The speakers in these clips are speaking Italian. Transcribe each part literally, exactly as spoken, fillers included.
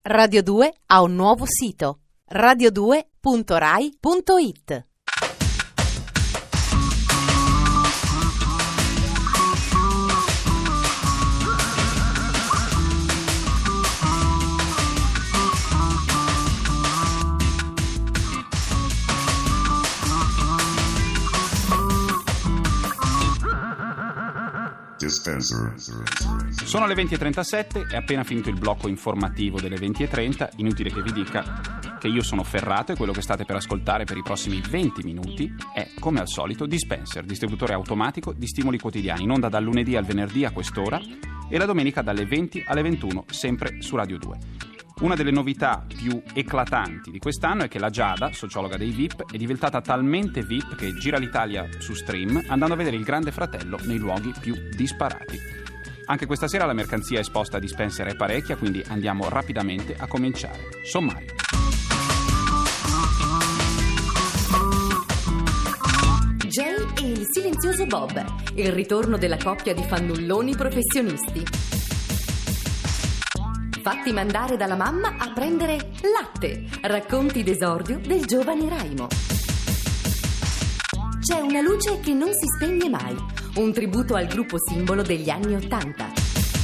Radio due ha un nuovo sito: radio due punto rai punto it. Sono le venti e trentasette, è appena finito il blocco informativo delle venti e trenta. Inutile che vi dica che io sono Ferrato e quello che state per ascoltare per i prossimi venti minuti è, come al solito, Dispenser, distributore automatico di stimoli quotidiani, in onda dal lunedì al venerdì a quest'ora e la domenica dalle venti alle ventuno, sempre su Radio due. Una delle novità più eclatanti di quest'anno è che la Giada, sociologa dei V I P, è diventata talmente V I P che gira l'Italia su Stream andando a vedere il Grande Fratello nei luoghi più disparati. Anche questa sera la mercanzia esposta a Dispenser è parecchia, quindi andiamo rapidamente a cominciare. Sommario. Jay e il silenzioso Bob, il ritorno della coppia di fannulloni professionisti. Fatti mandare dalla mamma a prendere latte. Racconti d'esordio del giovane Raimo. C'è una luce che non si spegne mai. Un tributo al gruppo simbolo degli anni Ottanta.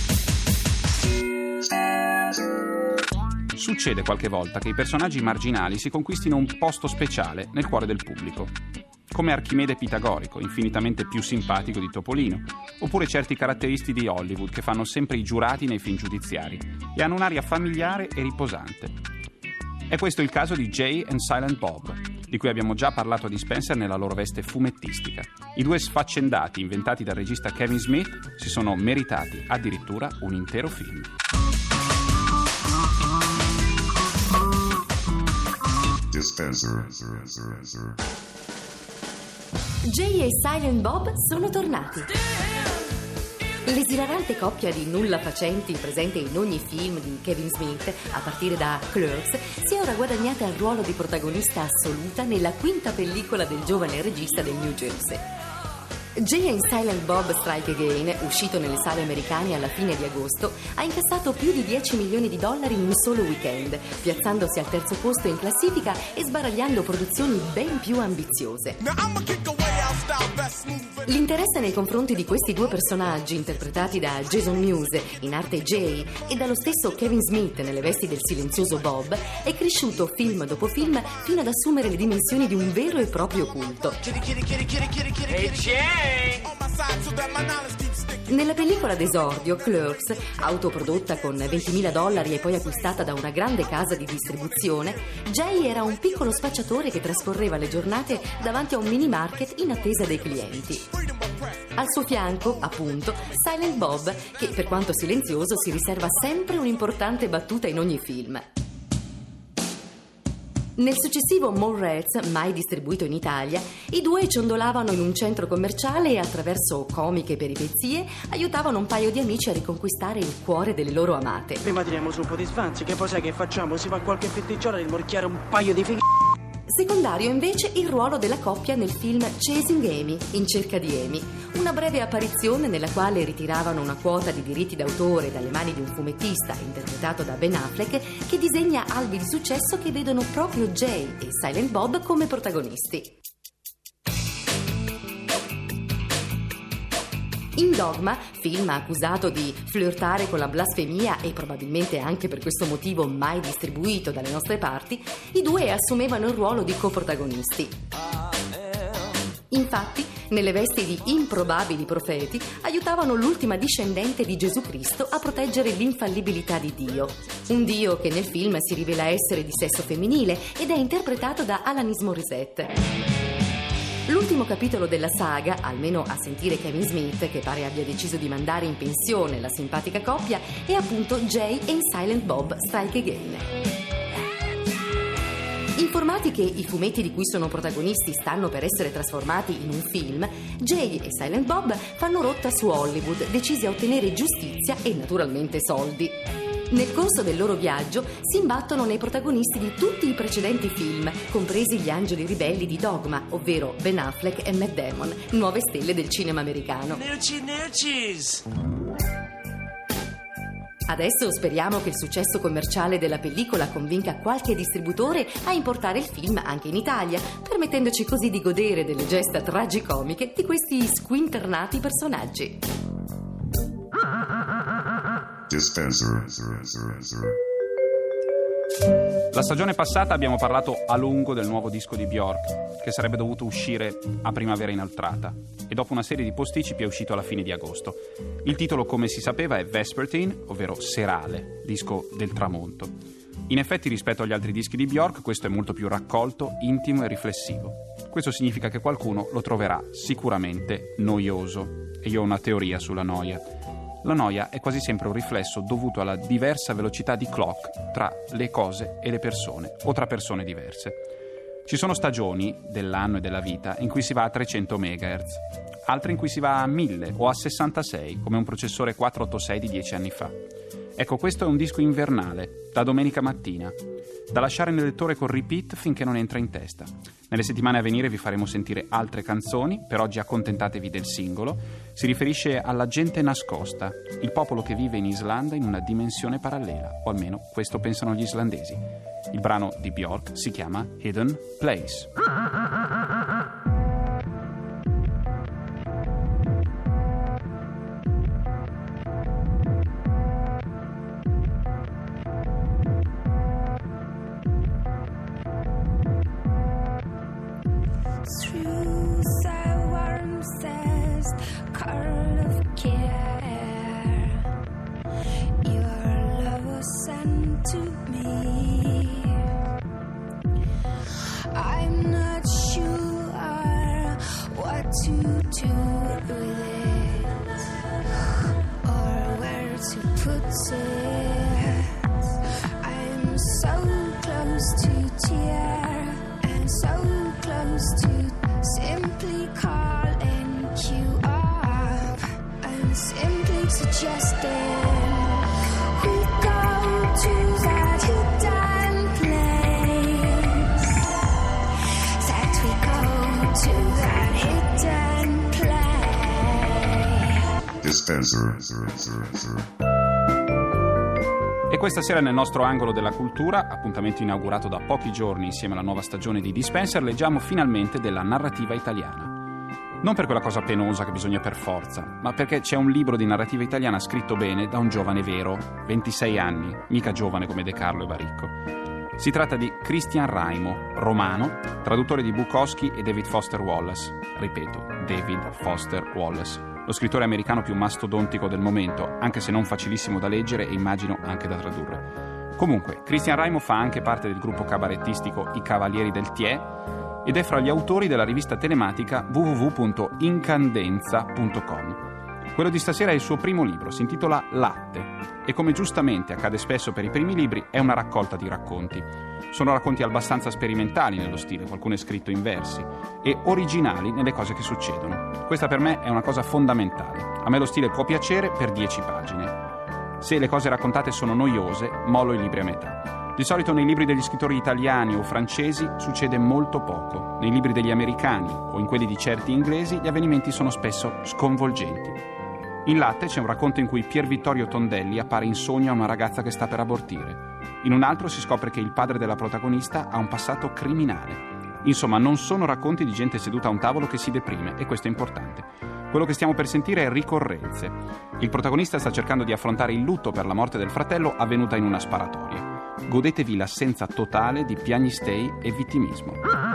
Succede qualche volta che i personaggi marginali si conquistino un posto speciale nel cuore del pubblico. Come Archimede Pitagorico, infinitamente più simpatico di Topolino, oppure certi caratteristi di Hollywood che fanno sempre i giurati nei film giudiziari e hanno un'aria familiare e riposante. È questo il caso di Jay and Silent Bob, di cui abbiamo già parlato a Dispenser nella loro veste fumettistica. I due sfaccendati inventati dal regista Kevin Smith si sono meritati addirittura un intero film. Dispenser. Jay e Silent Bob sono tornati. L'esilarante coppia di nulla facenti presente in ogni film di Kevin Smith, a partire da Clerks, si è ora guadagnata il ruolo di protagonista assoluta nella quinta pellicola del giovane regista del New Jersey. Jay and Silent Bob Strike Again, uscito nelle sale americane alla fine di agosto, ha incassato più di dieci milioni di dollari in un solo weekend, piazzandosi al terzo posto in classifica e sbaragliando produzioni ben più ambiziose. L'interesse nei confronti di questi due personaggi, interpretati da Jason Mewes, in arte Jay, e dallo stesso Kevin Smith nelle vesti del silenzioso Bob, è cresciuto film dopo film fino ad assumere le dimensioni di un vero e proprio culto. Hey, Jay! Nella pellicola d'esordio, Clerks, autoprodotta con ventimila dollari e poi acquistata da una grande casa di distribuzione, Jay era un piccolo spacciatore che trascorreva le giornate davanti a un mini market in attesa dei clienti. Al suo fianco, appunto, Silent Bob, che per quanto silenzioso si riserva sempre un'importante battuta in ogni film. Nel successivo Mallrats, mai distribuito in Italia, i due ciondolavano in un centro commerciale e attraverso comiche peripezie aiutavano un paio di amici a riconquistare il cuore delle loro amate. Prima tiriamo su un po' di svanzi, che poi sai che facciamo? Si va a qualche fetticcione a rimorchiare un paio di fighi. Secondario invece il ruolo della coppia nel film Chasing Amy, in cerca di Amy, una breve apparizione nella quale ritiravano una quota di diritti d'autore dalle mani di un fumettista interpretato da Ben Affleck, che disegna albi di successo che vedono proprio Jay e Silent Bob come protagonisti. In Dogma, film accusato di flirtare con la blasfemia e probabilmente anche per questo motivo mai distribuito dalle nostre parti, i due assumevano il ruolo di coprotagonisti. Infatti, nelle vesti di improbabili profeti, aiutavano l'ultima discendente di Gesù Cristo a proteggere l'infallibilità di Dio. Un Dio che nel film si rivela essere di sesso femminile ed è interpretato da Alanis Morissette. L'ultimo capitolo della saga, almeno a sentire Kevin Smith, che pare abbia deciso di mandare in pensione la simpatica coppia, è appunto Jay and Silent Bob Strike Again. Informati che i fumetti di cui sono protagonisti stanno per essere trasformati in un film, Jay e Silent Bob fanno rotta su Hollywood, decisi a ottenere giustizia e naturalmente soldi. Nel corso del loro viaggio si imbattono nei protagonisti di tutti i precedenti film, compresi gli angeli ribelli di Dogma, ovvero Ben Affleck e Matt Damon, nuove stelle del cinema americano. Nerci, nercis! Adesso speriamo che il successo commerciale della pellicola convinca qualche distributore a importare il film anche in Italia, permettendoci così di godere delle gesta tragicomiche di questi squinternati personaggi. Dispenser. La stagione passata abbiamo parlato a lungo del nuovo disco di Björk, che sarebbe dovuto uscire a Primavera Inoltrata, e dopo una serie di posticipi è uscito alla fine di agosto. Il titolo, come si sapeva, è Vespertine, ovvero Serale, disco del tramonto. In effetti, rispetto agli altri dischi di Björk, questo è molto più raccolto, intimo e riflessivo. Questo significa che qualcuno lo troverà sicuramente noioso, e io ho una teoria sulla noia. La noia è quasi sempre un riflesso dovuto alla diversa velocità di clock tra le cose e le persone, o tra persone diverse. Ci sono stagioni dell'anno e della vita in cui si va a trecento megahertz, altre in cui si va a mille o a sessantasei, come un processore quattrocentottantasei di dieci anni fa. Ecco, questo è un disco invernale, da domenica mattina, da lasciare nel lettore con repeat finché non entra in testa. Nelle settimane a venire vi faremo sentire altre canzoni, per oggi accontentatevi del singolo. Si riferisce alla gente nascosta, il popolo che vive in Islanda in una dimensione parallela, o almeno questo pensano gli islandesi. Il brano di Björk si chiama Hidden Place. Through the warm says curl of care, your love was sent to me. I'm not sure what to do with it or where to put it. I'm so close to tear and so close to simply calling you up and simply suggesting we go to that hidden place, that we go to that hidden place. Dispenser. E questa sera nel nostro angolo della cultura, appuntamento inaugurato da pochi giorni insieme alla nuova stagione di Dispenser, leggiamo finalmente della narrativa italiana. Non per quella cosa penosa che bisogna per forza, ma perché c'è un libro di narrativa italiana scritto bene da un giovane vero, ventisei anni, mica giovane come De Carlo e Baricco. Si tratta di Christian Raimo, romano, traduttore di Bukowski e David Foster Wallace. Ripeto, David Foster Wallace. Lo scrittore americano più mastodontico del momento, anche se non facilissimo da leggere e immagino anche da tradurre. Comunque, Christian Raimo fa anche parte del gruppo cabarettistico I Cavalieri del Thiè ed è fra gli autori della rivista telematica w w w punto incandenza punto com. Quello di stasera è il suo primo libro, si intitola Latte e, come giustamente accade spesso per i primi libri, è una raccolta di racconti. Sono racconti abbastanza sperimentali nello stile, qualcuno è scritto in versi, e originali nelle cose che succedono. Questa per me è una cosa fondamentale. A me lo stile può piacere per dieci pagine. Se le cose raccontate sono noiose, mollo i libri a metà. Di solito nei libri degli scrittori italiani o francesi succede molto poco. Nei libri degli americani o in quelli di certi inglesi gli avvenimenti sono spesso sconvolgenti. In Latte c'è un racconto in cui Pier Vittorio Tondelli appare in sogno a una ragazza che sta per abortire. In un altro si scopre che il padre della protagonista ha un passato criminale. Insomma, non sono racconti di gente seduta a un tavolo che si deprime, e questo è importante. Quello che stiamo per sentire è ricorrenze. Il protagonista sta cercando di affrontare il lutto per la morte del fratello avvenuta in una sparatoria. Godetevi l'assenza totale di piagnistei e vittimismo.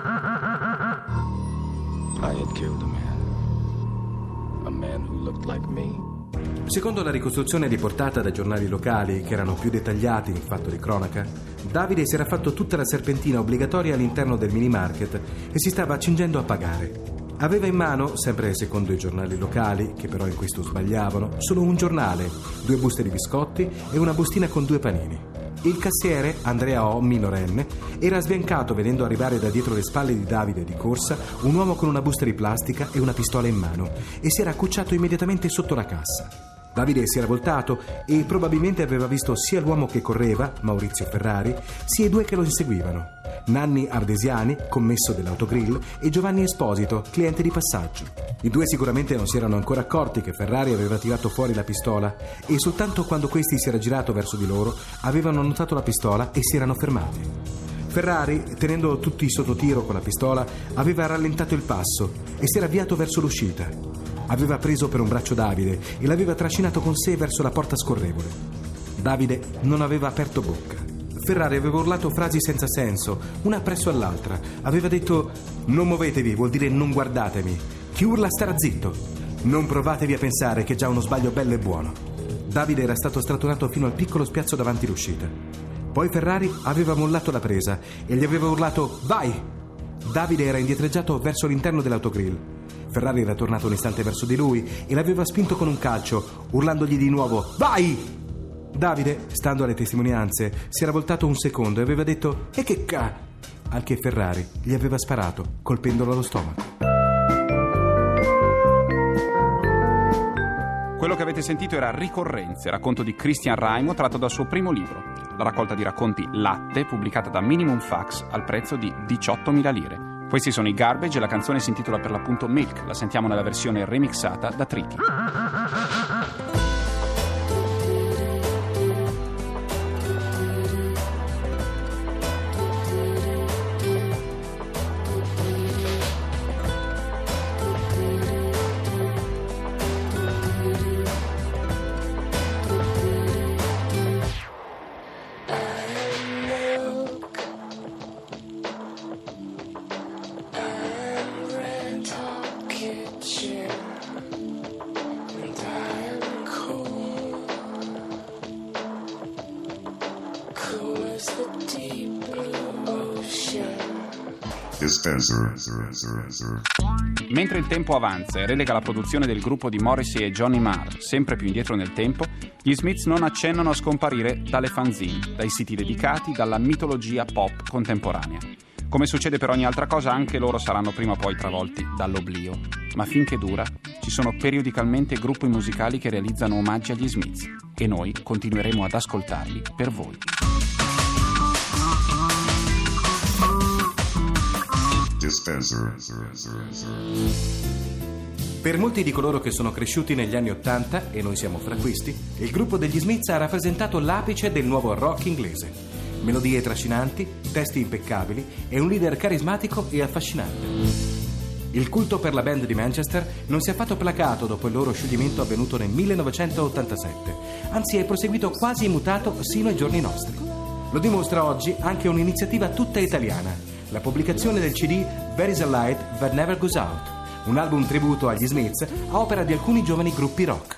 I had killed a man. A man who looked like me. Secondo la ricostruzione riportata dai giornali locali, che erano più dettagliati in fatto di cronaca, Davide si era fatto tutta la serpentina obbligatoria all'interno del mini market e si stava accingendo a pagare. Aveva in mano, sempre secondo i giornali locali, che però in questo sbagliavano, solo un giornale, due buste di biscotti e una bustina con due panini. Il cassiere, Andrea O, minorenne, era sbiancato vedendo arrivare da dietro le spalle di Davide di corsa un uomo con una busta di plastica e una pistola in mano e si era accucciato immediatamente sotto la cassa. Davide si era voltato e probabilmente aveva visto sia l'uomo che correva, Maurizio Ferrari, sia i due che lo inseguivano. Nanni Ardesiani, commesso dell'Autogrill, e Giovanni Esposito, cliente di passaggio. I due sicuramente non si erano ancora accorti che Ferrari aveva tirato fuori la pistola e soltanto quando questi si era girato verso di loro avevano notato la pistola e si erano fermati. Ferrari, tenendo tutti sotto tiro con la pistola, aveva rallentato il passo e si era avviato verso l'uscita. Aveva preso per un braccio Davide e l'aveva trascinato con sé verso la porta scorrevole. Davide non aveva aperto bocca. Ferrari aveva urlato frasi senza senso, una presso all'altra. Aveva detto: non muovetevi, vuol dire non guardatemi. Chi urla starà zitto. Non provatevi a pensare che è già uno sbaglio bello e buono. Davide era stato strattonato fino al piccolo spiazzo davanti l'uscita. Poi Ferrari aveva mollato la presa e gli aveva urlato: vai! Davide era indietreggiato verso l'interno dell'Autogrill. Ferrari era tornato un istante verso di lui e l'aveva spinto con un calcio, urlandogli di nuovo: vai! Davide, stando alle testimonianze, si era voltato un secondo e aveva detto: e che ca... al che Ferrari gli aveva sparato, colpendolo allo stomaco. Quello che avete sentito era Ricorrenze, racconto di Christian Raimo tratto dal suo primo libro, la raccolta di racconti Latte, pubblicata da Minimum Fax al prezzo di diciottomila lire. Questi sono i Garbage e la canzone si intitola per l'appunto Milk, la sentiamo nella versione remixata da Tricky. Dispenser. Mentre il tempo avanza e relega la produzione del gruppo di Morrissey e Johnny Marr sempre più indietro nel tempo, gli Smiths non accennano a scomparire dalle fanzine, dai siti dedicati, dalla mitologia pop contemporanea. Come succede per ogni altra cosa, anche loro saranno prima o poi travolti dall'oblio. Ma finché dura, ci sono periodicalmente gruppi musicali che realizzano omaggi agli Smiths e noi continueremo ad ascoltarli per voi. Dispenser. Per molti di coloro che sono cresciuti negli anni Ottanta, e noi siamo fra questi, il gruppo degli Smiths ha rappresentato l'apice del nuovo rock inglese. Melodie trascinanti, testi impeccabili e un leader carismatico e affascinante. Il culto per la band di Manchester non si è affatto placato dopo il loro scioglimento avvenuto nel millenovecentottantasette, anzi è proseguito quasi immutato sino ai giorni nostri. Lo dimostra oggi anche un'iniziativa tutta italiana, la pubblicazione del C D There is a Light That Never Goes Out, un album tributo agli Smiths a opera di alcuni giovani gruppi rock.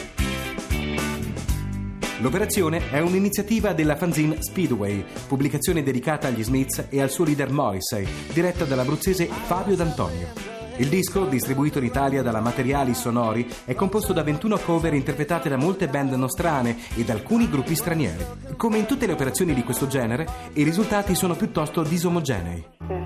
L'operazione è un'iniziativa della fanzine Speedway, pubblicazione dedicata agli Smiths e al suo leader Morrissey, diretta dall'abruzzese Fabio D'Antonio. Il disco, distribuito in Italia dalla Materiali Sonori, è composto da ventuno cover interpretate da molte band nostrane e da alcuni gruppi stranieri. Come in tutte le operazioni di questo genere, i risultati sono piuttosto disomogenei.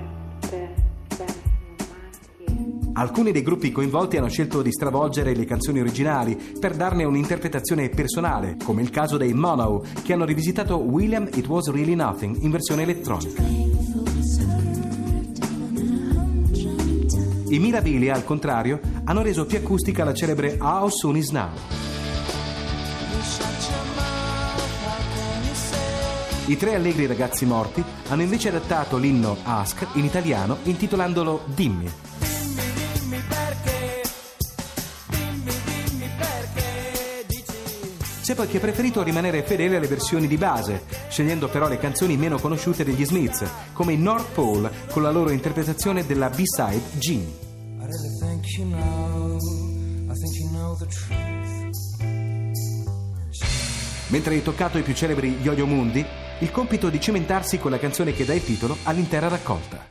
Alcuni dei gruppi coinvolti hanno scelto di stravolgere le canzoni originali per darne un'interpretazione personale, come il caso dei Mono, che hanno rivisitato William It Was Really Nothing in versione elettronica. I Mirabili, al contrario, hanno reso più acustica la celebre How Soon Is Now. I tre allegri ragazzi morti hanno invece adattato l'inno Ask in italiano intitolandolo Dimmi. C'è poi chi ha preferito rimanere fedele alle versioni di base, scegliendo però le canzoni meno conosciute degli Smiths, come i North Pole con la loro interpretazione della B-side Gin. Mentre hai toccato i più celebri Yo-Yo Mundi, il compito di cimentarsi con la canzone che dà il titolo all'intera raccolta.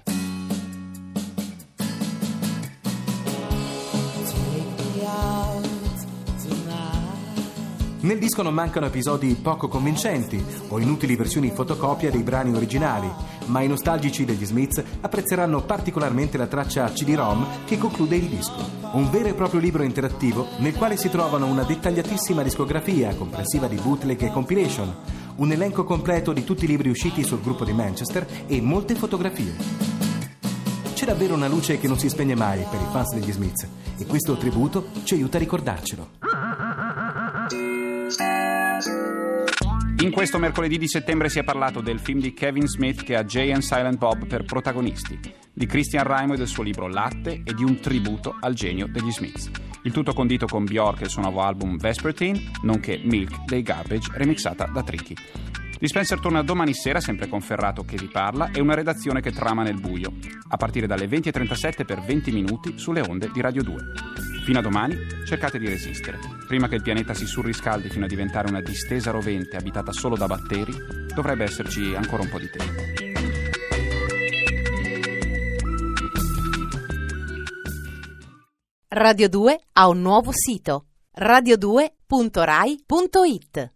Nel disco non mancano episodi poco convincenti o inutili versioni fotocopia dei brani originali, ma i nostalgici degli Smiths apprezzeranno particolarmente la traccia C D-ROM che conclude il disco. Un vero e proprio libro interattivo nel quale si trovano una dettagliatissima discografia comprensiva di bootleg e compilation, un elenco completo di tutti i libri usciti sul gruppo di Manchester e molte fotografie. C'è davvero una luce che non si spegne mai per i fans degli Smiths e questo tributo ci aiuta a ricordarcelo. In questo mercoledì di settembre si è parlato del film di Kevin Smith che ha Jay and Silent Bob per protagonisti, di Christian Raimo e del suo libro Latte e di un tributo al genio degli Smiths. Il tutto condito con Bjork e il suo nuovo album Vespertine, nonché Milk dei Garbage remixata da Tricky. Dispenser torna domani sera, sempre con Ferrato che vi parla, e una redazione che trama nel buio, a partire dalle venti e trentasette per venti minuti sulle onde di Radio due. Fino a domani cercate di resistere. Prima che il pianeta si surriscaldi fino a diventare una distesa rovente abitata solo da batteri, dovrebbe esserci ancora un po' di tempo. Radio due ha un nuovo sito: radio due punto rai punto it.